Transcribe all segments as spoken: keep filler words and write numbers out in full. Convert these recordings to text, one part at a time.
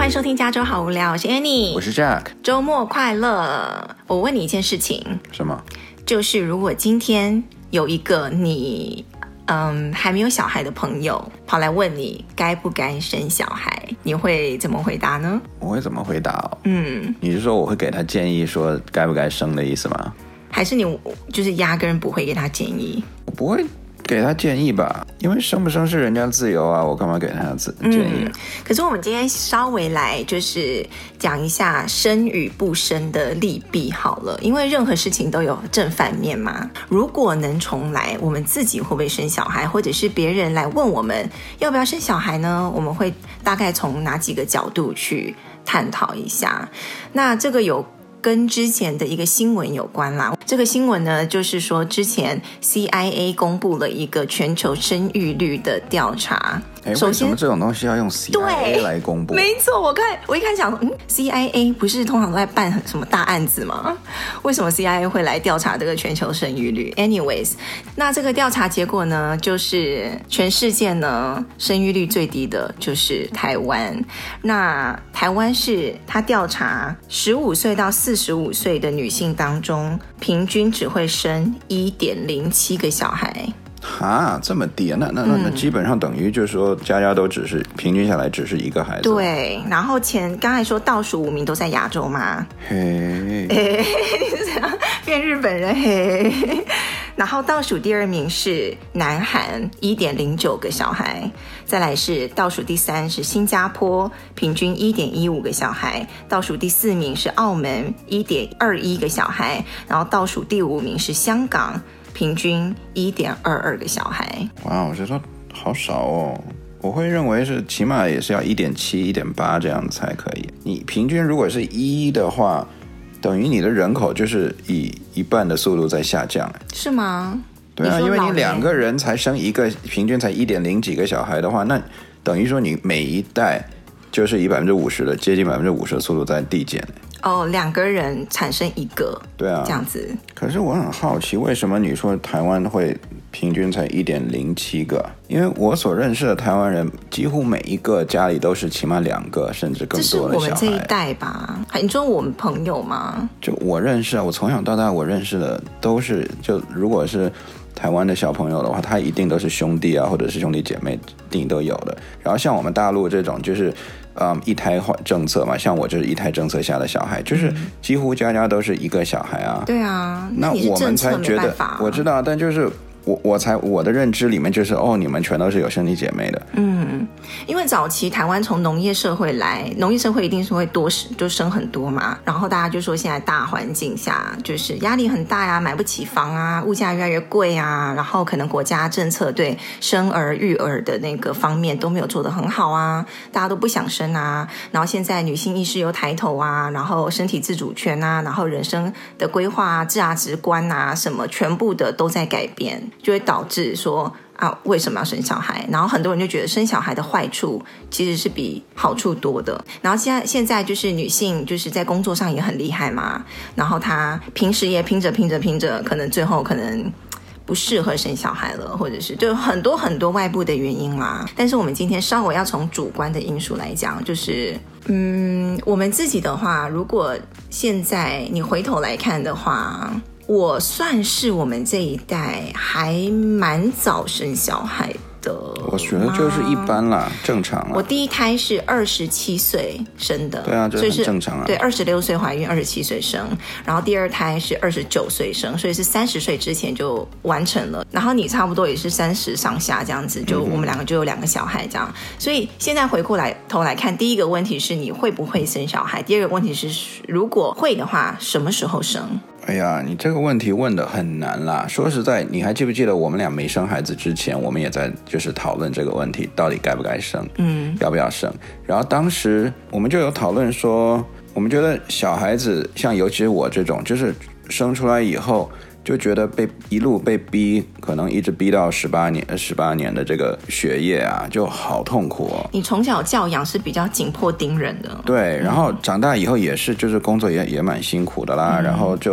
欢迎收听加州好无聊，我是 Annie， 我是 Jack， 周末快乐。我问你一件事情， 什么？ 就是如果今天有一个你嗯还没有小孩的朋友跑来问你该不该生小孩，你会怎么回答呢？ 我会怎么回答哦？ 嗯， 你是说我会给他建议说该不该生的意思吗？ 还是你就是压根不会给他建议？ 我不会给他建议吧，因为生不生是人家自由啊，我干嘛给他建议、啊嗯、 可是我们今天稍微来就是讲一下生与不生的利弊好了，因为任何事情都有正反面嘛。如果能重来，我们自己会不会生小孩，或者是别人来问我们要不要生小孩呢？我们会大概从哪几个角度去探讨一下。那这个有跟之前的一个新闻有关啦。这个新闻呢，就是说之前 C I A 公布了一个全球生育率的调查。 哎，为什么这种东西要用 C I A 来公布？ 没错，我看我一开始想说，嗯 ，C I A 不是通常都在办什么大案子吗？为什么 C I A 会来调查这个全球生育率 ？Anyways， 那这个调查结果呢，就是全世界呢生育率最低的就是台湾。那台湾是他调查十五岁到四十五岁的女性当中，平均只会生 一点零七 个小孩。 哈，这么低啊？那那那那基本上等于就是说，家家都只是平均下来只是一个孩子。 对，然后前刚才说倒数五名都在亚洲嘛， 嘿， 嘿，你是这样变日本人嘿。然后倒数第二名是南韩 一点零九 个小孩，再来是倒数第三是新加坡，平均 一点一五 个小孩，倒数第四名是澳门 一点二一 个小孩，然后倒数第五名是香港，平均 一点二二 个小孩。 哇，我觉得好少哦。我会认为是起码也是要 一点七、一点八 这样才可以。你平均如果是一的话，等于你的人口就是以一半的速度在下降。 是吗？ 对啊，因为你两个人才生一个，平均才 一点零 几个小孩的话，那等于说你每一代就是以 百分之五十 的接近 百分之五十 的速度在递减。 哦，两个人产生一个， 对啊， 这样子。 可是我很好奇，为什么你说台湾会平均才 一点零七 个？因为我所认识的台湾人，几乎每一个家里都是起码两个，甚至更多的小孩。这是我们这一代吧？你说我们朋友吗？ 就我认识啊，我从小到大我认识的都是，就如果是台湾的小朋友的话，他一定都是兄弟啊，或者是兄弟姐妹，一定都有的。然后像我们大陆这种，就是嗯一胎政策嘛，像我就是一胎政策下的小孩，就是几乎家家都是一个小孩啊。 对啊， 那我们才觉得， 啊、 我知道，但就是我我才我的认知里面就是哦，你们全都是有兄弟姐妹的。 嗯，因为早期台湾从农业社会来，农业社会一定是会多就生很多嘛，然后大家就说现在大环境下就是压力很大呀，买不起房啊，物价越来越贵啊，然后可能国家政策对生儿育儿的那个方面都没有做得很好啊，大家都不想生啊，然后现在女性意识又抬头啊，然后身体自主权啊，然后人生的规划啊、价值观啊什么全部的都在改变，就会导致说啊，为什么要生小孩？然后很多人就觉得生小孩的坏处其实是比好处多的。然后现在现在就是女性就是在工作上也很厉害嘛，然后她平时也拼着拼着拼着，可能最后可能不适合生小孩了，或者是就很多很多外部的原因啦。但是我们今天稍微要从主观的因素来讲，就是嗯，我们自己的话，如果现在你回头来看的话，我算是我们这一代还蛮早生小孩的， 我觉得就是一般啦，正常啦。 我第一胎是二十七岁生的， 对啊，这很正常啊。 对，二十六岁怀孕，二十七岁生，然后第二胎是二十九岁生，所以是三十岁之前就完成了。然后你差不多也是三十上下这样子，就我们两个就有两个小孩这样。所以现在回过来头来看，第一个问题是你会不会生小孩，第二个问题是如果会的话，什么时候生？ 哎呀，你这个问题问得很难啦。说实在，你还记不记得我们俩没生孩子之前，我们也在就是讨论这个问题，到底该不该生，嗯，要不要生。然后当时我们就有讨论说，我们觉得小孩子，像尤其是我这种，就是生出来以后就觉得被一路被逼，可能一直逼到十八年十八年的这个学业啊，就好痛苦哦。 你从小教养是比较紧迫盯人的， 对，然后长大以后也是，就是工作也也蛮辛苦的啦，嗯、然后就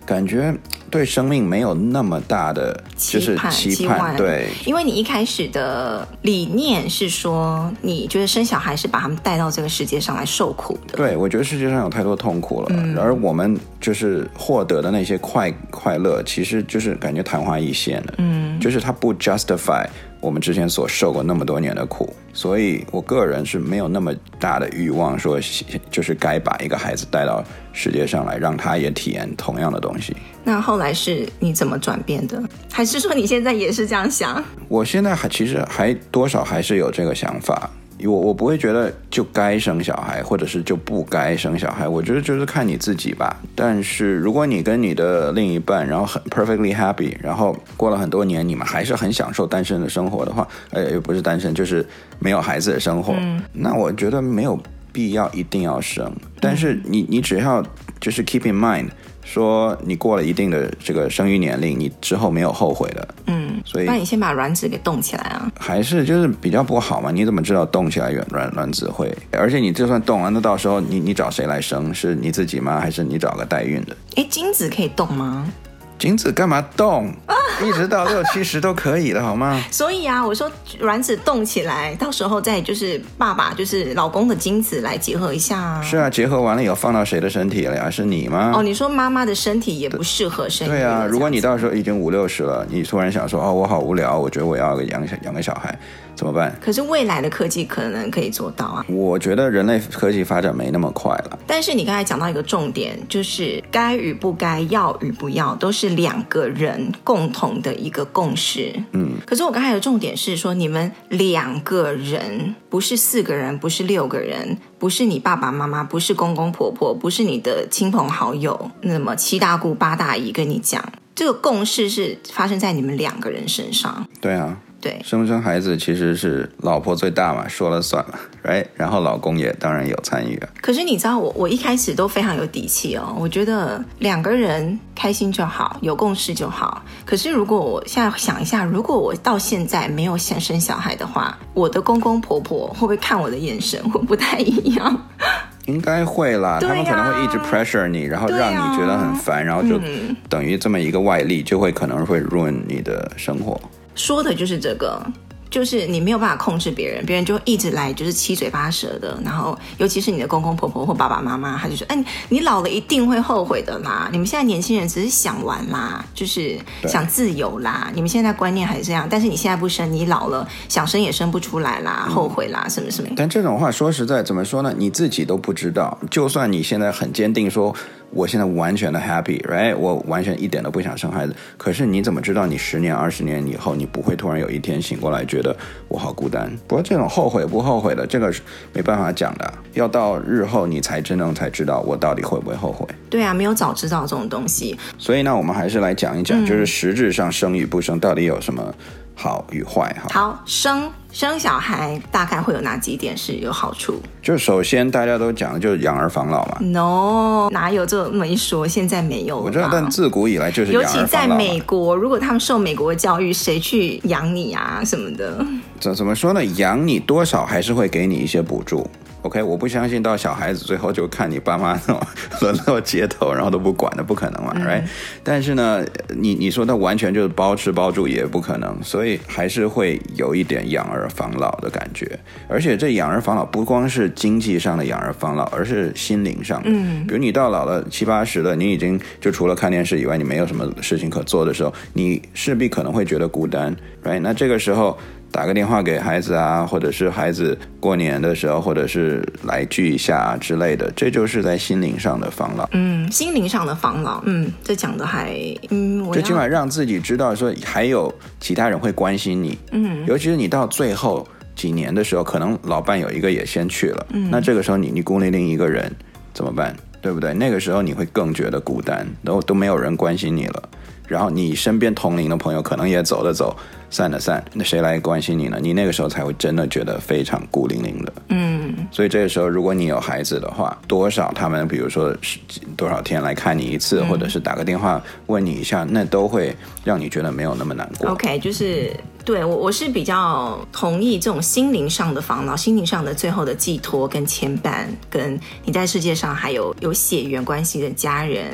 感觉对生命没有那么大的就是期盼，对， 因为你一开始的理念是说，你觉得生小孩是把他们带到这个世界上来受苦的。 对，我觉得世界上有太多痛苦了，嗯、而我们就是获得的那些快快乐，其实就是感觉昙花一现了，嗯，就是它不 justify 我们之前所受过那么多年的苦，所以我个人是没有那么大的欲望说，就是该把一个孩子带到世界上来，让他也体验同样的东西。 那后来是你怎么转变的？还是说你现在也是这样想？ 我现在还其实还多少还是有这个想法。我我不会觉得就该生小孩，或者是就不该生小孩，我觉得就是看你自己吧。但是如果你跟你的另一半，然后很 perfectly happy， 然后过了很多年，你们还是很享受单身的生活的话，呃，也不是单身，就是没有孩子的生活，嗯、那我觉得没有必要一定要生。但是你你只要就是 keep in mind，说你过了一定的这个生育年龄，你之后没有后悔的。嗯，所以那你先把卵子给冻起来啊。 还是就是比较不好嘛？你怎么知道冻起来卵卵子会？而且你就算冻了，那到时候你你找谁来生？是你自己吗？还是你找个代孕的？ 哎，精子可以冻吗？ 精子干嘛冻？一直到六七十都可以的好吗？ 所以啊，我说卵子冻起来，到时候再就是爸爸就是老公的精子来结合一下啊。 是啊，结合完了以后放到谁的身体了呀？是你吗？ 哦，你说妈妈的身体也不适合生育。 对啊，如果你到时候已经五六十了，你突然想说哦，我好无聊，我觉得我要养养个小孩，怎么办？ 可是未来的科技可能可以做到啊。 我觉得人类科技发展没那么快了。 但是你刚才讲到一个重点，就是该与不该，要与不要，都是两个人共同的一个共识。嗯。可是我刚才的重点是说，你们两个人，不是四个人，不是六个人，不是你爸爸妈妈，不是公公婆婆，不是你的亲朋好友，那么七大姑八大姨跟你讲，这个共识是发生在你们两个人身上。 对啊。 对， 生不生孩子其实是老婆最大嘛，说了算嘛 ，right？ 然后老公也当然有参与啊。 可是你知道我，我一开始都非常有底气哦，我觉得两个人开心就好，有共识就好。可是如果我现在想一下，如果我到现在没有想生小孩的话，我的公公婆婆会不会看我的眼神会不太一样？ 应该会啦、啊、他们可能会一直 pressure 你，然后让你觉得很烦、啊、然后就等于这么一个外力就会可能会 ruin 你的生活。 说的就是这个，就是你没有办法控制别人，别人就一直来就是七嘴八舌的，然后尤其是你的公公婆婆或爸爸妈妈，他就说哎，你老了一定会后悔的啦，你们现在年轻人只是想玩啦，就是想自由啦，你们现在观念还是这样，但是你现在不生，你老了想生也生不出来啦、嗯、后悔啦什么什么。 但这种话说实在怎么说呢，你自己都不知道，就算你现在很坚定说我现在完全的 happy right， 我完全一点都不想生孩子，可是你怎么知道你十年二十年以后你不会突然有一天醒过来觉得我好孤单？不过这种后悔不后悔的这个没办法讲的，要到日后你才真正才知道我到底会不会后悔。 对啊，没有早知道这种东西。 所以呢我们还是来讲一讲、嗯、就是实质上生与不生到底有什么好与坏。 好，生生小孩大概会有哪几点是有好处？ 就首先大家都讲的就是养儿防老嘛。 No， 哪有这么一说，现在没有了吧。 我知道，但自古以来就是养儿防老。 尤其在美国，如果他们受美国的教育，谁去养你啊什么的。 怎怎么说呢，养你多少还是会给你一些补助。OK， 我不相信到小孩子最后就看你爸妈那种沦落街头，然后都不管的，不可能嘛、嗯、，right？ 但是呢，你你说他完全就是包吃包住也不可能，所以还是会有一点养儿防老的感觉。而且这养儿防老不光是经济上的养儿防老，而是心灵上的。嗯，比如你到老了七八十了，你已经就除了看电视以外，你没有什么事情可做的时候，你势必可能会觉得孤单 ，right？ 那这个时候打个电话给孩子啊，或者是孩子过年的时候，或者是来聚一下、啊、之类的，这就是在心灵上的防老。 嗯，心灵上的防老，嗯，这讲的还，嗯，我就今晚让自己知道说还有其他人会关心你。嗯，尤其是你到最后几年的时候，可能老伴有一个也先去了，嗯，那这个时候你你孤零零一个人怎么办？对不对？那个时候你会更觉得孤单，都都没有人关心你了。然后你身边同龄的朋友可能也走了走，散了散，那谁来关心你呢？你那个时候才会真的觉得非常孤零零的。嗯，所以这个时候如果你有孩子的话，多少他们比如说多少天来看你一次、嗯、或者是打个电话问你一下，那都会让你觉得没有那么难过。 OK， 就是对我我是比较同意这种心灵上的防老，心灵上的最后的寄托跟牵绊，跟你在世界上还有有血缘关系的家人，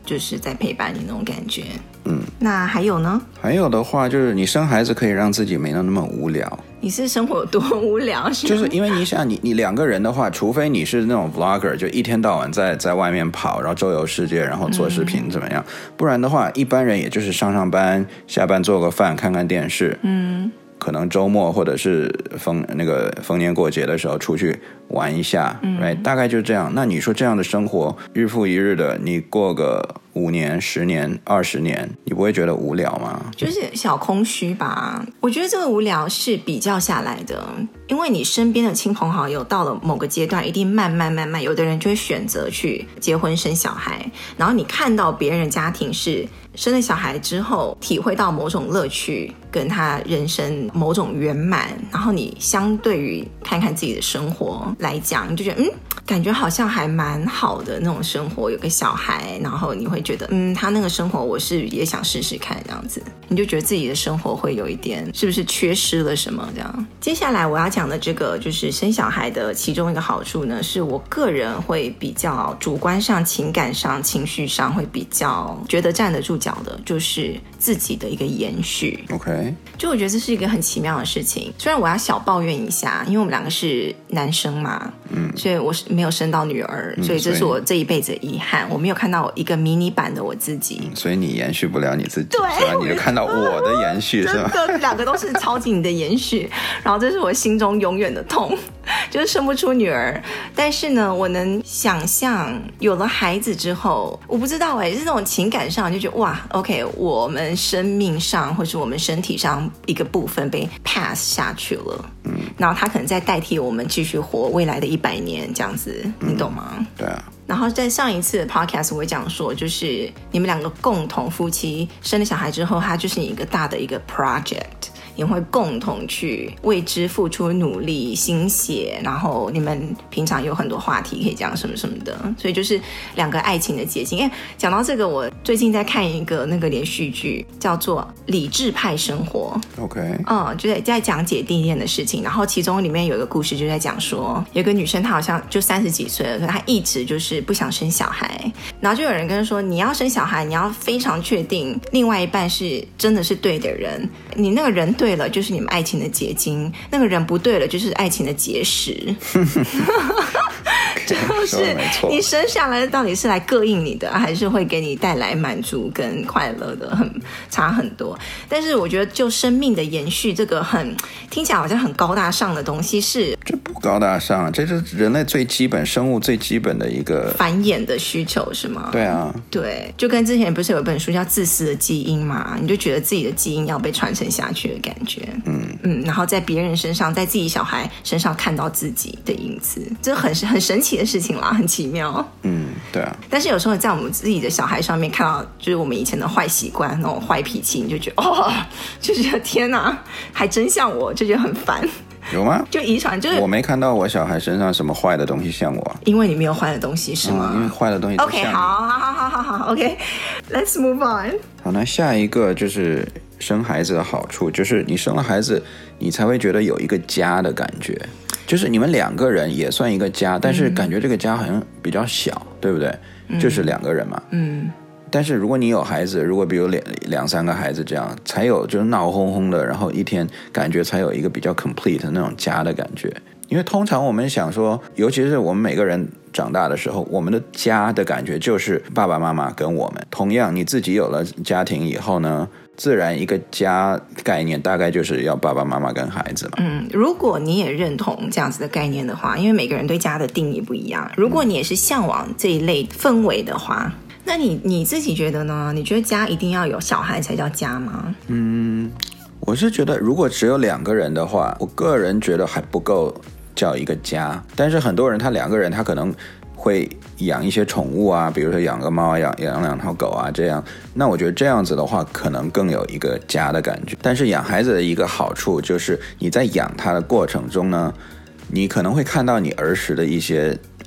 就是在陪伴你那种感觉。嗯，那还有呢？ 还有的话就是你生孩子可以让自己没那么无聊。 你是生活有多无聊？是就是因为你想你你两个人的话，除非你是那种 vlogger， 就一天到晚在在外面跑，然后周游世界，然后做视频怎么样？嗯、不然的话，一般人也就是上上班，下班做个饭，看看电视。嗯。可能周末或者是逢那个逢年过节的时候出去玩一下，嗯 right? 大概就这样。那你说这样的生活日复一日的，你过个五年、十年、二十年，你不会觉得无聊吗？ 就是小空虚吧。我觉得这个无聊是比较下来的，因为你身边的亲朋好友到了某个阶段，一定慢慢慢慢，有的人就会选择去结婚生小孩，然后你看到别人家庭是生了小孩之后体会到某种乐趣跟他人生某种圆满，然后你相对于看看自己的生活来讲，你就觉得嗯，感觉好像还蛮好的那种生活，有个小孩，然后你会觉得嗯，他那个生活我是也想试试看这样子，你就觉得自己的生活会有一点是不是缺失了什么这样。接下来我要讲的这个就是生小孩的其中一个好处呢，是我个人会比较主观上、情感上、情绪上会比较觉得站得住脚的，就是自己的一个延续。 OK， 就我觉得这是一个很奇妙的事情。虽然我要小抱怨一下，因为我们两个是男生嘛，嗯，所以我是没有生到女儿、嗯、所以这是我这一辈子的遗憾，我没有看到一个迷你版的我自己、嗯、所以你延续不了你自己， 对， 是吧？你就看到我的延续是吧？ 真的两个都是超级你的延续然后这是我心中永远的痛，就是生不出女儿。但是呢，我能想象有了孩子之后，我不知道哎，是那种情感上就觉得哇 OK， 我们生命上或是我们身体上一个部分被 pass 下去了，嗯，然后他可能在代替我们继续活未来的一百年这样子，你懂吗？ 嗯、对啊。 然后在上一次的 podcast 我会讲说，就是你们两个共同夫妻生了小孩之后，它就是一个大的一个 project，你会共同去为之付出努力心血，然后你们平常有很多话题可以讲什么什么的，所以就是两个爱情的结晶。因为讲到这个，我最近在看一个那个连续剧叫做理智派生活 OK， 嗯，就在讲姐弟恋的事情，然后其中里面有一个故事就在讲说，有个女生她好像就三十几岁了，可她一直就是不想生小孩，然后就有人跟她说，你要生小孩你要非常确定另外一半是真的是对的人，你那个人对了就是你们爱情的结晶，那个人不对了就是爱情的结石就是你生下来到底是来膈应你的，还是会给你带来满足跟快乐的，很差很多。但是我觉得就生命的延续这个很听起来好像很高大上的东西，是这不高大上，这是人类最基本生物最基本的一个繁衍的需求是吗？ 对啊， 对，就跟之前不是有一本书叫自私的基因嘛，你就觉得自己的基因要被传承下去的感觉，嗯嗯，然后在别人身上在自己小孩身上看到自己的影子，这很很神奇的事情啦，很奇妙。 嗯，对啊。 但是有时候在我们自己的小孩上面看到就是我们以前的坏习惯那种坏脾气，你就觉得哦，就觉得天哪，还真像我，就觉得很烦。 有吗？ 就遗传，就是我没看到我小孩身上什么坏的东西像我， 因为你没有坏的东西是吗？ 嗯、因为坏的东西都像你。 OK， 好好好好好 OK，Let's、okay. move on。 好，那下一个就是生孩子的好处，就是你生了孩子你才会觉得有一个家的感觉，就是你们两个人也算一个家，但是感觉这个家好像比较小，对不对？嗯、就是两个人嘛，嗯。但是如果你有孩子，如果比如两两三个孩子这样，才有就是闹哄哄的，然后一天感觉才有一个比较 complete 的那种家的感觉。因为通常我们想说，尤其是我们每个人长大的时候，我们的家的感觉就是爸爸妈妈跟我们。同样你自己有了家庭以后呢，自然一个家概念大概就是要爸爸妈妈跟孩子嘛。嗯， 如果你也认同这样子的概念的话，因为每个人对家的定义不一样，如果你也是向往这一类氛围的话，那你你自己觉得呢？你觉得家一定要有小孩才叫家吗？ 嗯，我是觉得如果只有两个人的话，我个人觉得还不够叫一个家。但是很多人他两个人他可能会养一些宠物啊，比如说养个猫，养养两条狗啊，这样，那我觉得这样子的话可能更有一个家的感觉。但是养孩子的一个好处就是你在养他的过程中呢，你可能会看到你儿时的一些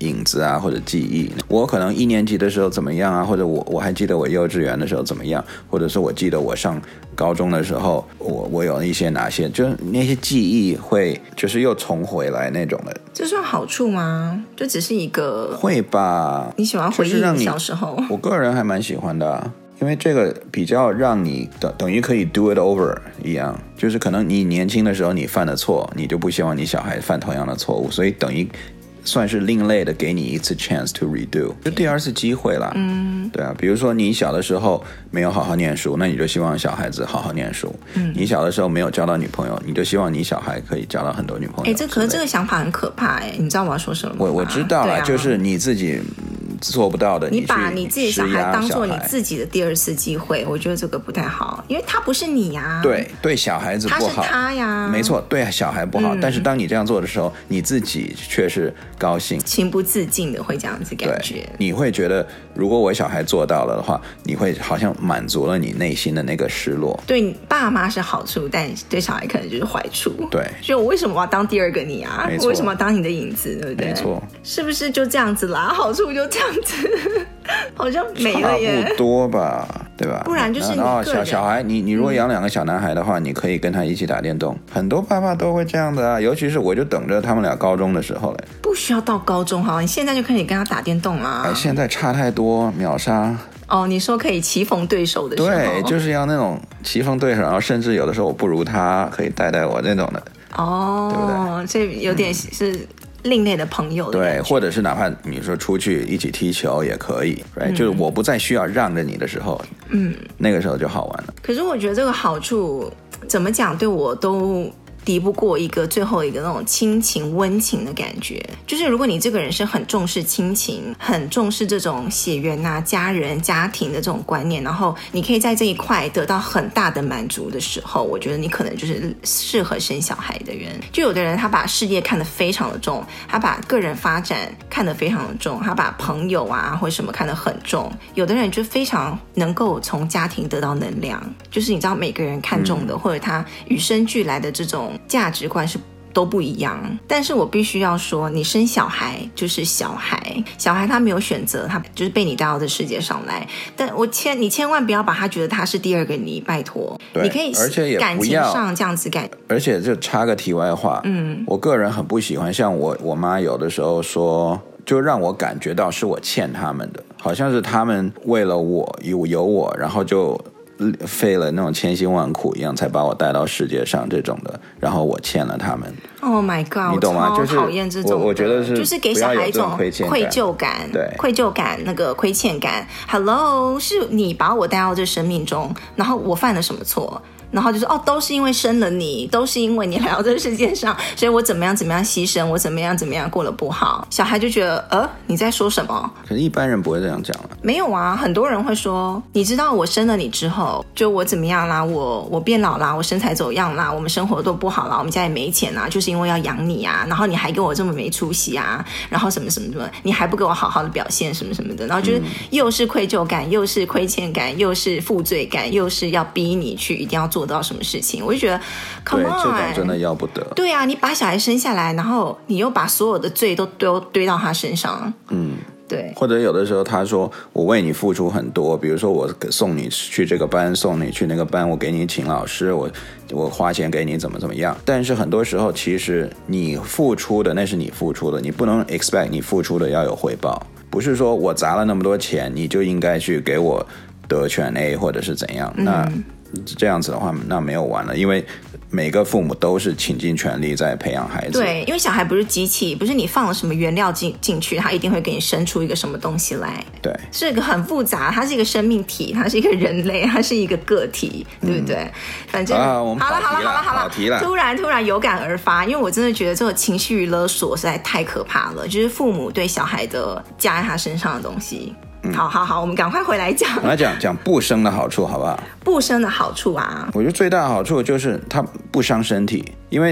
影子啊或者记忆。我可能一年级的时候怎么样啊，或者我我还记得我幼稚园的时候怎么样，或者是我记得我上高中的时候我我有一些哪些，就是那些记忆会就是又重回来那种的。 这算好处吗？就只是一个会吧？ 你喜欢回忆你小时候？ 我个人还蛮喜欢的啊，因为这个比较让你等等于可以 do it over 一样，就是可能你年轻的时候你犯的错，你就不希望你小孩犯同样的错误，所以等于算是另类的给你一次 chance to redo， 就第二次机会啦。嗯，对啊，比如说你小的时候没有好好念书，那你就希望小孩子好好念书。嗯，你小的时候没有交到女朋友，你就希望你小孩可以交到很多女朋友。 哎，这可是这个想法很可怕哎，你知道我要说什么吗？ 我我知道啦、啊，就是你自己做不到的， 你把你自己小孩当做你自己的第二次机会，我觉得这个不太好，因为他不是你呀、啊。 对，对小孩子不好， 他是他呀， 没错，对小孩不好、嗯。但是当你这样做的时候，你自己却是高兴， 情不自禁的会这样子感觉。 你会觉得，如果我小孩做到了的话，你会好像满足了你内心的那个失落。 对爸妈是好处，但对小孩可能就是坏处。 对， 所以我为什么要当第二个你啊？我为什么要当你的影子？对不对？ 没错， 是不是就这样子啦？好处就这样子。好像没了耶， 差不多吧，对吧？ 不然就是你个人小小孩，你你如果养两个小男孩的话、嗯，你可以跟他一起打电动。很多爸爸都会这样的啊，尤其是我就等着他们俩高中的时候嘞。 不需要到高中哈，你现在就可以跟他打电动啦。 哎，现在差太多，秒杀。 哦，你说可以棋逢对手的时候， 对，就是要那种棋逢对手，然后甚至有的时候我不如他，可以带带我那种的。 哦，对不对？这有点是。嗯另类的朋友的对，或者是哪怕你说出去一起踢球也可以、right? 嗯、就是我不再需要让着你的时候，嗯，那个时候就好玩了。 可是我觉得这个好处怎么讲，对我都敌不过一个最后一个那种亲情温情的感觉。就是如果你这个人是很重视亲情，很重视这种血缘啊、家人、家庭的这种观念，然后你可以在这一块得到很大的满足的时候，我觉得你可能就是适合生小孩的人。就有的人他把事业看得非常的重，他把个人发展看得非常的重，他把朋友啊或者什么看得很重。有的人就非常能够从家庭得到能量，就是你知道每个人看重的、嗯、或者他与生俱来的这种价值观是都不一样。但是我必须要说，你生小孩就是小孩，小孩他没有选择，他就是被你带到这世界上来。但我千你千万不要把他觉得他是第二个你，拜托。你可以而且也感情上这样子感。 而且就插个题外话，嗯，我个人很不喜欢，像我我妈有的时候说，就让我感觉到是我欠他们的，好像是他们为了我有有我，然后就费了那种千辛万苦一样才把我带到世界上这种的，然后我欠了他们。 Oh my god！ 你懂吗？就是讨厌这种的， 我我觉得是就是给小孩一种愧疚感， 对， 愧疚感，那个亏欠感。Hello， 是你把我带到这生命中，然后我犯了什么错？然后就说哦，都是因为生了你，都是因为你来到这世界上，所以我怎么样怎么样牺牲，我怎么样怎么样过得不好。小孩就觉得呃你在说什么？ 可是一般人不会这样讲了。 没有啊，很多人会说，你知道我生了你之后，就我怎么样啦，我我变老啦，我身材走样啦，我们生活都不好啦，我们家也没钱啦，就是因为要养你啊，然后你还给我这么没出息啊，然后什么什么什么，你还不给我好好的表现什么什么的，然后就是又是愧疚感，又是亏欠感，又是负罪感，又是要逼你去一定要做到什么事情。我就觉得 come on， 这种真的要不得。 对啊，你把小孩生下来，然后你又把所有的罪都堆堆到他身上。嗯，对。 或者有的时候他说我为你付出很多，比如说我送你去这个班，送你去那个班，我给你请老师，我我花钱给你怎么怎么样。但是很多时候其实你付出的那是你付出的，你不能 expect 你付出的要有回报。不是说我砸了那么多钱你就应该去给我得全 A 或者是怎样。嗯，那这样子的话那没有完了，因为每个父母都是倾尽全力在培养孩子。 对，因为小孩不是机器，不是你放了什么原料进进去他一定会给你生出一个什么东西来。 对， 是一个很复杂，它是一个生命体，它是一个人类，它是一个个体，对不对？嗯，反正、 啊、我们好了好了好了好了， 突然突然有感而发，因为我真的觉得这个情绪勒索实在太可怕了，就是父母对小孩的加在他身上的东西。嗯，好好好，我们赶快回来讲。 我来讲讲不生的好处，好不好？ 不生的好处啊， 我觉得最大的好处就是它不伤身体，因为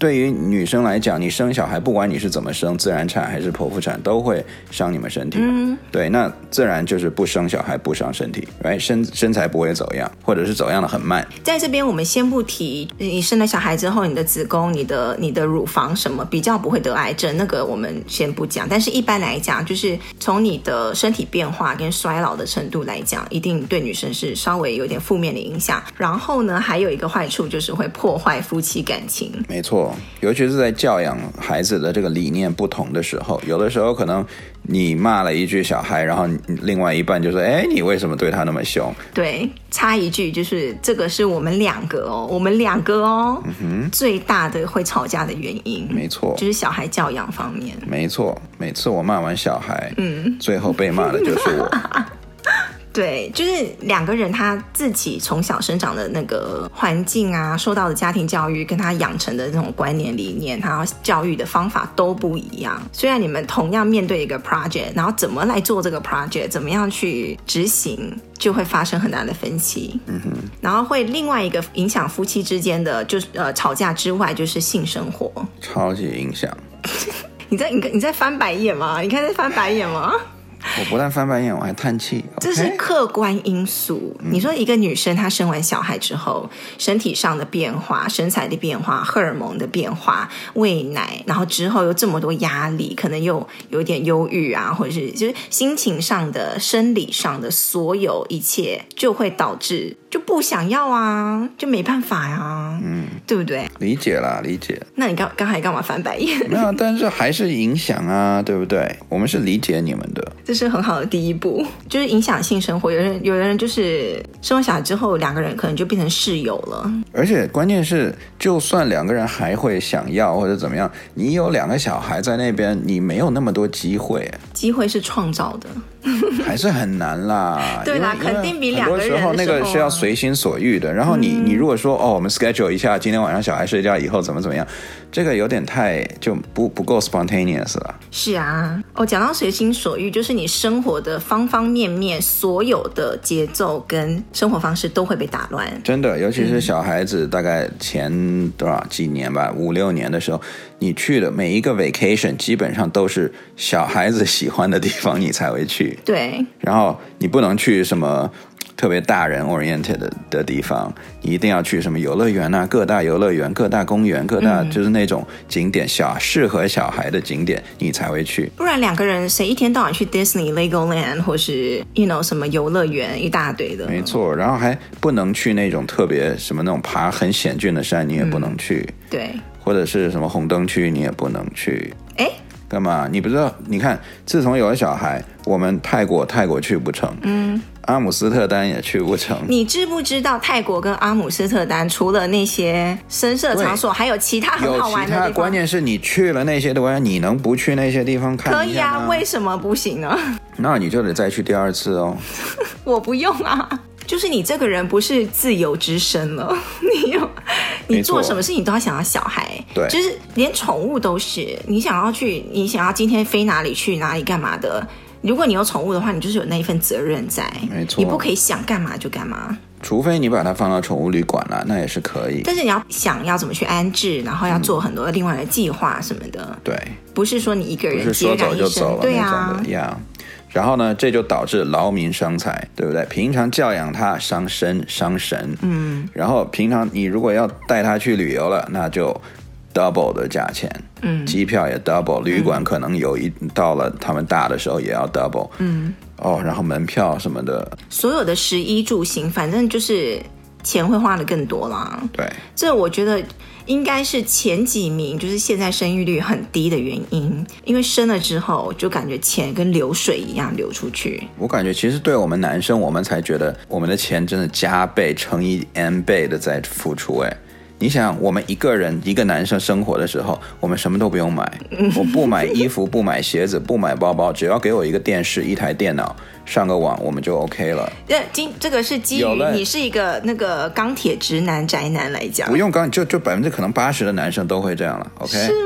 对于女生来讲，你生小孩不管你是怎么生，自然产还是剖腹产都会伤你们身体。嗯，对，那自然就是不生小孩不伤身体 right? 身身材不会走样，或者是走样的很慢。 在这边我们先不提你生了小孩之后你的子宫你的你的乳房什么比较不会得癌症，那个我们先不讲，但是一般来讲就是从你的身体变化跟衰老的程度来讲，一定对女生是稍微有点负面的影响。然后呢还有一个坏处就是会破坏夫妻感情。 没错，尤其是在教养孩子的这个理念不同的时候，有的时候可能你骂了一句小孩，然后另外一半就说哎，你为什么对他那么凶。 对，插一句就是这个是我们两个哦我们两个哦、嗯、最大的会吵架的原因。 没错， 就是小孩教养方面。 没错，每次我骂完小孩嗯，最后被骂的就是我对，就是两个人他自己从小生长的那个环境啊，受到的家庭教育跟他养成的那种观念理念，他教育的方法都不一样。虽然你们同样面对一个 project， 然后怎么来做这个 project， 怎么样去执行，就会发生很大的分歧。嗯哼，然后会另外一个影响夫妻之间的就是呃吵架之外，就是性生活， 超级影响。 你在你你在翻白眼吗？你看在翻白眼吗？ 我不但翻白眼，我还叹气。 这是客观因素。嗯、你说一个女生她生完小孩之后，身体上的变化、身材的变化、荷尔蒙的变化、喂奶，然后之后有这么多压力，可能又有点忧郁啊，或者是就是心情上的、生理上的所有一切，就会导致就不想要啊，就没办法啊，嗯，对不对？ 理解啦，理解。 那你刚刚才干嘛翻白眼？ 没有，但是还是影响啊，对不对？我们是理解你们的。 这是很好的第一步，就是影响性生活。有人有的人就是生完小孩之后，两个人可能就变成室友了。 而且关键是，就算两个人还会想要或者怎么样，你有两个小孩在那边，你没有那么多机会。 机会是创造的。 还是很难啦。 对啦，肯定比两个人的时候、啊、 很多时候那个是要随心所欲的。然后你、嗯、你如果说哦，我们 schedule 一下今天晚上小孩睡觉以后怎么怎么样，这个有点太就不不够 spontaneous 了。 是啊，哦，讲到随心所欲，就是你生活的方方面面，所有的节奏跟生活方式都会被打乱。 真的，尤其是小孩子大概前多少几年吧，五六年的时候，你去的每一个 vacation 基本上都是小孩子喜欢的地方，你才会去。 对， 然后你不能去什么特别大人 oriented 的, 的地方，你一定要去什么游乐园啊，各大游乐园、各大公园、各大就是那种景点，小适合小孩的景点，你才会去。 不然两个人谁一天到晚去 Disney、Legoland 或是 you know 什么游乐园一大堆的。 没错，然后还不能去那种特别什么那种爬很险峻的山，你也不能去。嗯、 对， 或者是什么红灯区你也不能去。 哎。 干嘛？你不知道？你看，自从有了小孩，我们泰国泰国去不成，嗯，阿姆斯特丹也去不成。 你知不知道泰国跟阿姆斯特丹除了那些深色场所，还有其他很好玩的地方？ 有其他，关键是你去了那些地方，你能不去那些地方看一下吗？ 可以啊，为什么不行呢？ 那你就得再去第二次哦。 我不用啊。就是你这个人不是自由之身了，你有你做什么事情都要想要小孩， 对， 就是连宠物都是，你想要去，你想要今天飞哪里去哪里干嘛的，如果你有宠物的话，你就是有那一份责任在， 没错， 你不可以想干嘛就干嘛， 除非你把它放到宠物旅馆了，那也是可以， 但是你要想要怎么去安置，然后要做很多另外的计划什么的， 对， 不是说你一个人不是说走就走了， 对啊， 那种的呀。然后呢，这就导致劳民伤财，对不对？平常教养他伤身伤神，嗯，然后平常你如果要带他去旅游了，那就 double 的价钱，嗯，机票也 double， 旅馆可能有一、嗯、到了他们大的时候也要 double， 嗯，哦，然后门票什么的， 所有的食衣住行，反正就是钱会花的更多啦。 对， 这我觉得应该是前几名，就是现在生育率很低的原因，因为生了之后就感觉钱跟流水一样流出去。 我感觉其实对我们男生，我们才觉得我们的钱真的加倍乘以 N 倍的在付出。哎，你想我们一个人一个男生生活的时候，我们什么都不用买，我不买衣服不买鞋子不买包包，只要给我一个电视一台电脑上个网我们就 OK 了。 这这个是基于你是一个那个钢铁直男宅男来讲， 不用钢就就百分之可能八十的男生都会这样了 OK 是吗？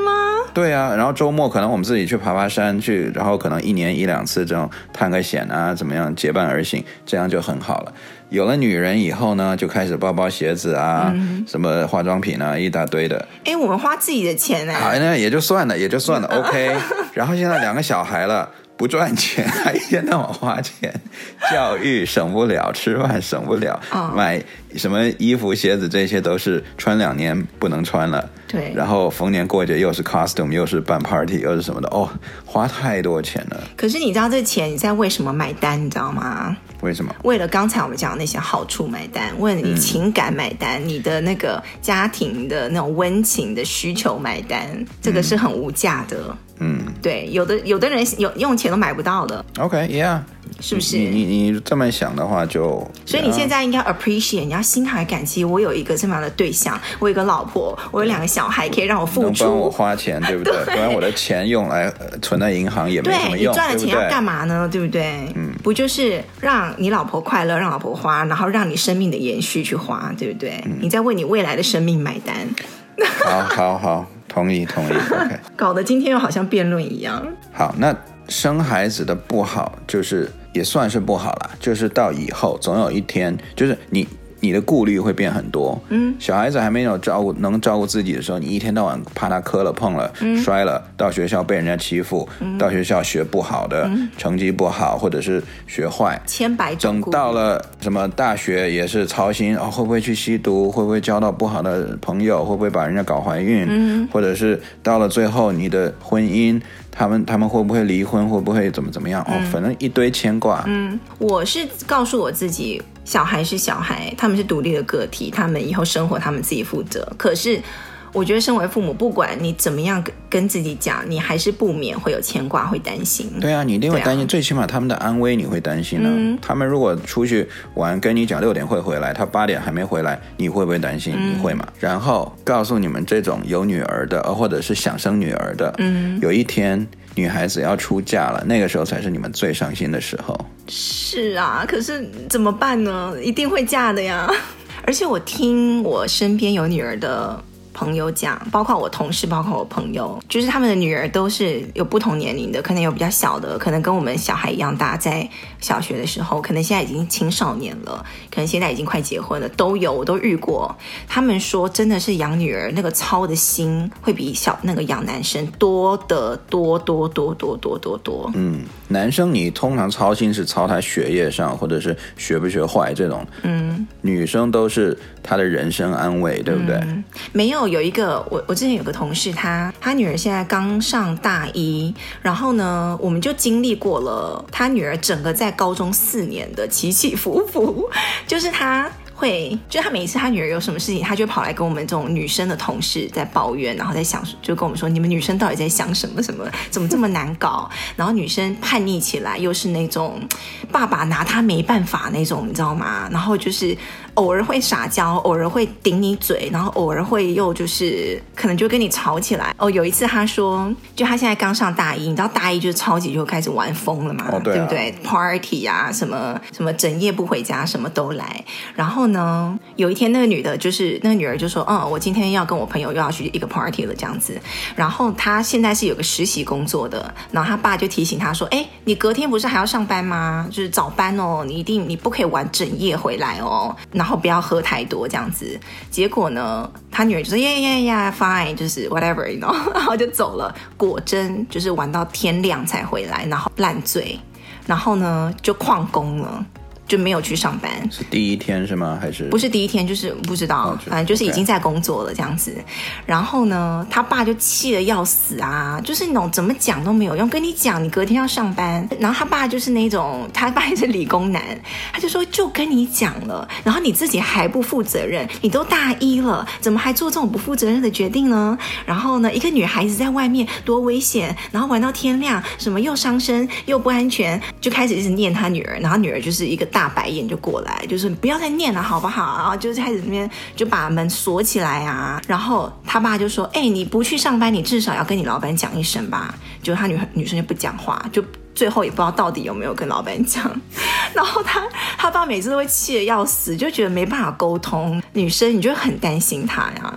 对啊，然后周末可能我们自己去爬爬山去，然后可能一年一两次这种探个险啊，怎么样结伴而行，这样就很好了。有了女人以后呢，就开始包包鞋子啊、嗯、什么化妆品啊，一大堆的。 哎，我们花自己的钱哎， 好，那也就算了，也就算了OK。然后现在两个小孩了，不赚钱还一天到晚花钱，教育省不了，吃饭省不了、哦、买什么衣服鞋子这些都是穿两年不能穿了。 对， 然后逢年过节又是 costume 又是办 party 又是什么的，哦，花太多钱了。 可是你知道这钱你在为什么买单你知道吗？ 为什么？ 为了刚才我们讲的那些好处买单，为了你情感买单、嗯、你的那个家庭的那种温情的需求买单，这个是很无价的。嗯，对，有的有的人有用钱都买不到的。 OK yeah， 是不是？ 你你你这么想的话就， 所以你现在应该 appreciate， 你要心怀感激，我有一个这么样的对象，我有一个老婆，我有两个小孩可以让我付出， 能帮我花钱，对不对？不然我的钱用来、呃、存在银行也没什么用。 对，你赚了钱要干嘛呢？对不对？嗯，不就是让你老婆快乐，让老婆花，然后让你生命的延续去花，对不对？嗯、你在为你未来的生命买单。 好好好，同意同意 OK。 搞得今天又好像辩论一样。 好，那生孩子的不好就是也算是不好啦，就是到以后总有一天就是你你的顾虑会变很多。嗯，小孩子还没有照顾能照顾自己的时候，你一天到晚怕他磕了碰了、嗯、摔了，到学校被人家欺负、嗯、到学校学不好的、嗯、成绩不好或者是学坏， 千百种等到了什么大学也是操心、哦、会不会去吸毒，会不会交到不好的朋友，会不会把人家搞怀孕、嗯、或者是到了最后你的婚姻他们他们会不会离婚，会不会怎么怎么样、嗯、哦，反正一堆牵挂。嗯， 我是告诉我自己，小孩是小孩，他们是独立的个体，他们以后生活他们自己负责。可是我觉得身为父母，不管你怎么样跟自己讲，你还是不免会有牵挂，会担心。 对啊，你一定会担心、啊、最起码他们的安危你会担心呢、啊嗯、他们如果出去玩跟你讲六点会回来，他八点还没回来，你会不会担心、嗯、你会吗？然后告诉你们这种有女儿的或者是想生女儿的、嗯、有一天女孩子要出嫁了，那个时候才是你们最伤心的时候。 是啊，可是怎么办呢？一定会嫁的呀。而且我听我身边有女儿的朋友讲，包括我同事，包括我朋友，就是他们的女儿都是有不同年龄的，可能有比较小的，可能跟我们小孩一样大，在小学的时候，可能现在已经青少年了，可能现在已经快结婚了，都有，我都遇过。他们说真的是养女儿那个操的心会比小那个养男生多得多多多多多多多。 嗯，男生你通常操心是操他学业上或者是学不学坏这种，嗯，女生都是他的人生安慰，对不对？嗯、 没有。有一个我我之前有个同事，他他女儿现在刚上大一，然后呢我们就经历过了他女儿整个在高中四年的起起伏伏，就是他会就他每一次他女儿有什么事情，他就跑来跟我们这种女生的同事在抱怨，然后在想，就跟我们说你们女生到底在想什么什么，怎么这么难搞，然后女生叛逆起来又是那种爸爸拿她没办法那种，你知道吗？然后就是偶尔会撒娇，偶尔会顶你嘴，然后偶尔会又就是可能就跟你吵起来。哦，有一次他说就他现在刚上大一，你知道大一就是超级就开始玩疯了嘛、 哦对啊、 对不对？ Party 啊什么什么整夜不回家什么都来。然后呢有一天那个女的就是那个女儿就说嗯，我今天要跟我朋友又要去一个 party 了这样子。然后她现在是有个实习工作的，然后她爸就提醒她说，哎，你隔天不是还要上班吗？就是早班哦，你一定你不可以玩整夜回来哦，然后不要喝太多这样子。结果呢她女儿就说 yeah yeah yeah fine 就是 whatever you know 然后就走了。果真就是玩到天亮才回来，然后烂醉，然后呢就旷工了，就没有去上班。 是第一天是吗？还是不是第一天？就是不知道、哦、反正就是已经在工作了这样子。然后呢他爸就气得要死啊，就是那种怎么讲都没有用，跟你讲你隔天要上班。然后他爸就是那种他爸也是理工男，他就说就跟你讲了，然后你自己还不负责任，你都大一了怎么还做这种不负责任的决定呢？然后呢一个女孩子在外面多危险，然后玩到天亮，什么又伤身又不安全，就开始一直念他女儿。然后女儿就是一个大白眼就过来，就是不要再念了好不好，然后就是开始那边就把门锁起来啊。然后他爸就说哎、欸，你不去上班你至少要跟你老板讲一声吧。就他 女, 女生就不讲话，就最后也不知道到底有没有跟老板讲。然后他他爸每次都会气得要死，就觉得没办法沟通，女生你就会很担心他呀。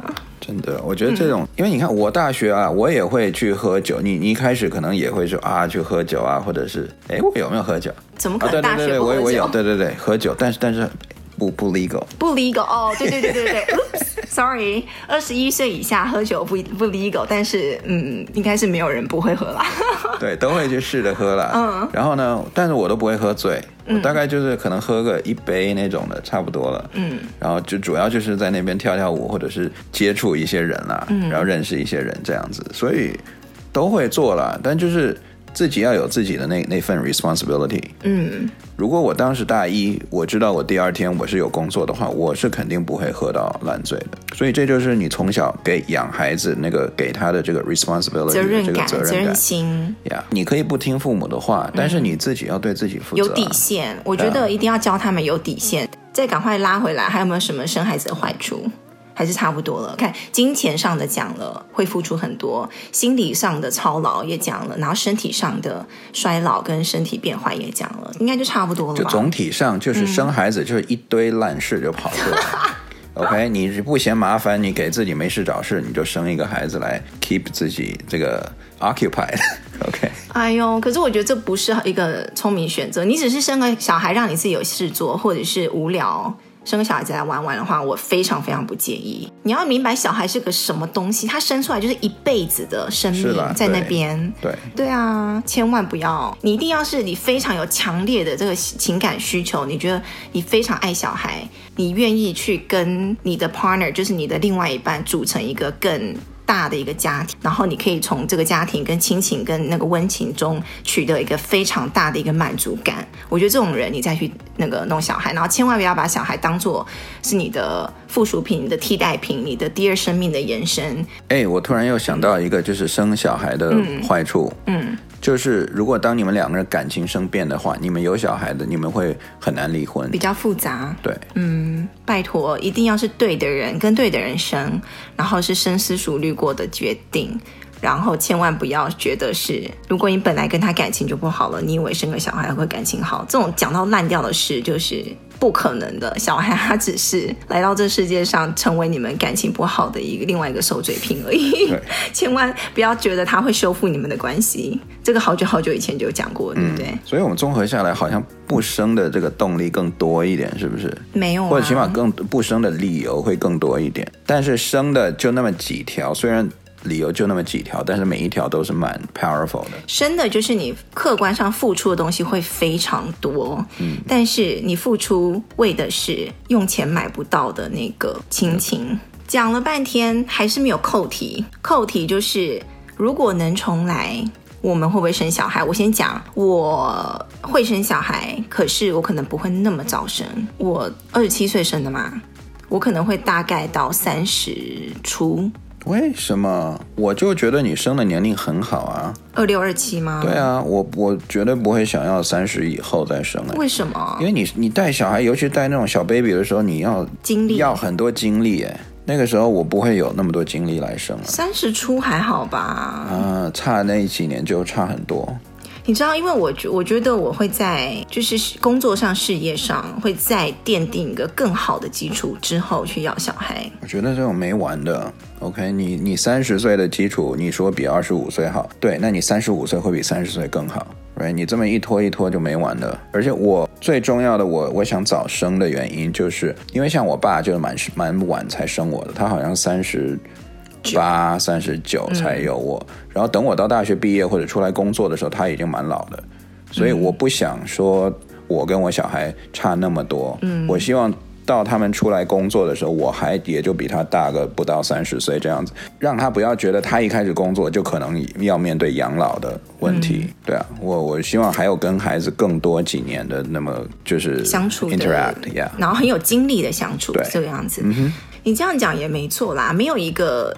真的，我觉得这种，嗯、因为你看我大学啊，我也会去喝酒。你你一开始可能也会说啊，去喝酒啊，或者是，哎，我有没有喝酒？ 怎么可能大学不喝酒？ 啊、对对对，我我有，对对对，喝酒，但是但是不不 legal， 不 legal 哦，对对对对对，Oops，sorry， 二十一岁以下喝酒不不 legal， 但是嗯，应该是没有人不会喝啦。 对，都会去试着喝啦。嗯，然后呢，但是我都不会喝醉。我大概就是可能喝个一杯那种的，差不多了。嗯，然后就主要就是在那边跳跳舞，或者是接触一些人啦，嗯，然后认识一些人这样子，所以都会做啦。但就是自己要有自己的那那份 responsibility。嗯，如果我当时大一，我知道我第二天我是有工作的话，我是肯定不会喝到烂醉的。所以这就是你从小给养孩子那个给他的这个 responsibility 责任感、 这个责任感、 责任心呀。Yeah, 你可以不听父母的话，嗯、但是你自己要对自己负责、啊， 有底线。我觉得一定要教他们有底线。嗯、再赶快拉回来，还有没有什么生孩子的坏处？还是差不多了。看金钱上的讲了，会付出很多；心理上的操劳也讲了，然后身体上的衰老跟身体变坏也讲了，应该就差不多了吧。 就总体上就是生孩子就是一堆烂事就跑出来。嗯OK， 你不嫌麻烦，你给自己没事找事，你就生一个孩子来 keep 自己这个 occupied。OK， 哎呦，可是我觉得这不是一个聪明选择。你只是生个小孩让你自己有事做，或者是无聊生个小孩子来玩玩的话，我非常非常不介意。你要明白小孩是个什么东西，他生出来就是一辈子的生命在那边。 对对, 对啊，千万不要，你一定要是你非常有强烈的这个情感需求，你觉得你非常爱小孩，你愿意去跟你的 partner， 就是你的另外一半组成一个更大的一个家庭，然后你可以从这个家庭跟亲情跟那个温情中取得一个非常大的一个满足感。我觉得这种人你再去那个弄小孩，然后千万不要把小孩当作是你的附属品、你的替代品、你的第二生命的延伸。 哎，我突然又想到一个，就是生小孩的坏处。嗯。嗯，就是如果当你们两个人感情生变的话，你们有小孩的，你们会很难离婚， 比较复杂。 对， 嗯，拜托，一定要是对的人跟对的人生，然后是深思熟虑过的决定，然后千万不要觉得是，如果你本来跟他感情就不好了，你以为生个小孩会感情好，这种讲到烂掉的事就是不可能的。小孩他只是来到这世界上成为你们感情不好的一个另外一个受罪品而已。千万不要觉得他会修复你们的关系，这个好久好久以前就有讲过，对不对？ 嗯，所以我们综合下来好像不生的这个动力更多一点，是不是？ 没有啊， 或者起码更不生的理由会更多一点，但是生的就那么几条，虽然理由就那么几条，但是每一条都是蛮 powerful 的。生的就是你客观上付出的东西会非常多，嗯，但是你付出为的是用钱买不到的那个亲情。嗯，讲了半天还是没有扣题，扣题就是如果能重来，我们会不会生小孩？我先讲，我会生小孩，可是我可能不会那么早生。我二十七岁生的嘛，我可能会大概到三十出。 为什么？我就觉得你生的年龄很好啊。 二六二七吗？ 对啊，我我绝对不会想要三十以后再生。 为什么？ 因为你你带小孩，尤其带那种小 baby 的时候，你要精力， 要很多精力哎。那个时候我不会有那么多精力来生了。 三十出还好吧？ 啊，差那几年就差很多。 你知道，因为我觉我觉得我会在就是工作上、事业上会再奠定一个更好的基础之后去要小孩。 我觉得这种没完的。OK， 你你三十岁的基础，你说比二十五岁好，对，那你三十五岁会比三十岁更好。Right？ 你这么一拖一拖就没完了。而且我最重要的，我我想早生的原因，就是因为像我爸就蛮蛮晚才生我的，他好像三十八、三十九才有我，嗯，然后等我到大学毕业或者出来工作的时候，他已经蛮老的，所以我不想说我跟我小孩差那么多，嗯，我希望到他们出来工作的时候，我还也就比他大个不到三十岁这样子，让他不要觉得他一开始工作就可能要面对养老的问题。嗯，对啊，我我希望还有跟孩子更多几年的那么就是相处 interact，yeah， 然后很有精力的相处，这个样子。嗯哼，你这样讲也没错啦，没有一个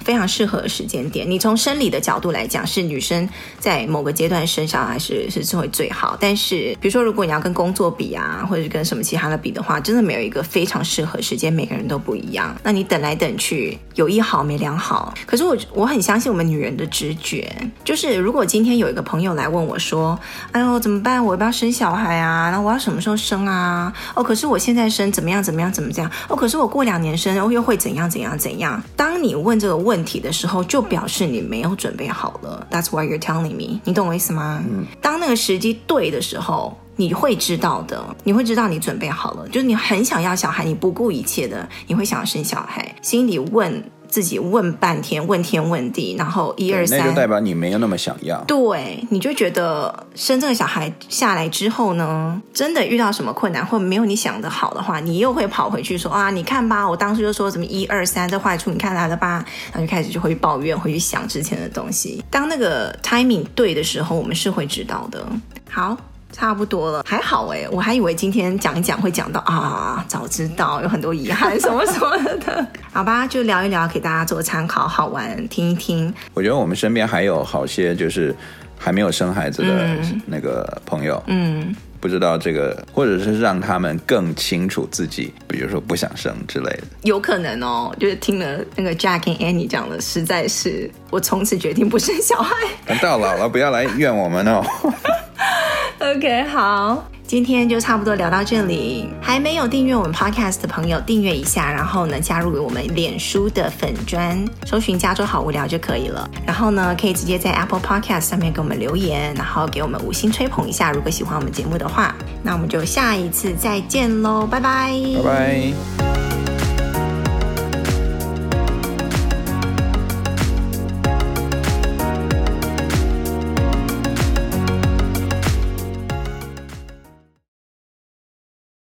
非常适合的时间点。你从生理的角度来讲，是女生在某个阶段生小孩是是会最好，但是比如说如果你要跟工作比啊，或者是跟什么其他的比的话，真的没有一个非常适合时间，每个人都不一样。那你等来等去，有一好没两好。可是我我很相信我们女人的直觉，就是如果今天有一个朋友来问我说，哎呦怎么办，我要不要生小孩啊，然后我要什么时候生啊，哦可是我现在生怎么样怎么样怎么样，哦可是我过两年生又会怎样怎样怎样。当你问这个问题的时候，就表示你没有准备好了。 That's why you're telling me， 你懂我意思吗？嗯，当那个时机对的时候，你会知道的，你会知道你准备好了，就是你很想要小孩，你不顾一切的，你会想要生小孩，心里问自己问半天，问天问地，然后一二三， 那就代表你没有那么想要。 对，你就觉得生这个小孩下来之后呢，真的遇到什么困难或没有你想的好的话，你又会跑回去说啊，你看吧，我当时就说什么一二三这坏处，你看来了吧，然后就开始就会抱怨，回去想之前的东西。当那个 timing 对的时候，我们是会知道的。好，差不多了，还好哎，我还以为今天讲一讲会讲到啊，早知道有很多遗憾什么什么的。好吧，就聊一聊，给大家做参考，好玩，听一听。 我觉得我们身边还有好些就是还没有生孩子的那个朋友，嗯，不知道这个，或者是让他们更清楚自己，比如说不想生之类的。 有可能哦，就是听了那个 Jack 跟 Annie 讲的，实在是我从此决定不生小孩。 等到老了不要来怨我们哦。 OK， 好，今天就差不多聊到这里。还没有订阅我们 Podcast 的朋友，订阅一下，然后呢，加入我们脸书的粉专，搜寻加州好无聊就可以了。然后呢，可以直接在 Apple Podcast 上面给我们留言，然后给我们五星吹捧一下，如果喜欢我们节目的话。那我们就下一次再见咯，拜拜， 拜拜。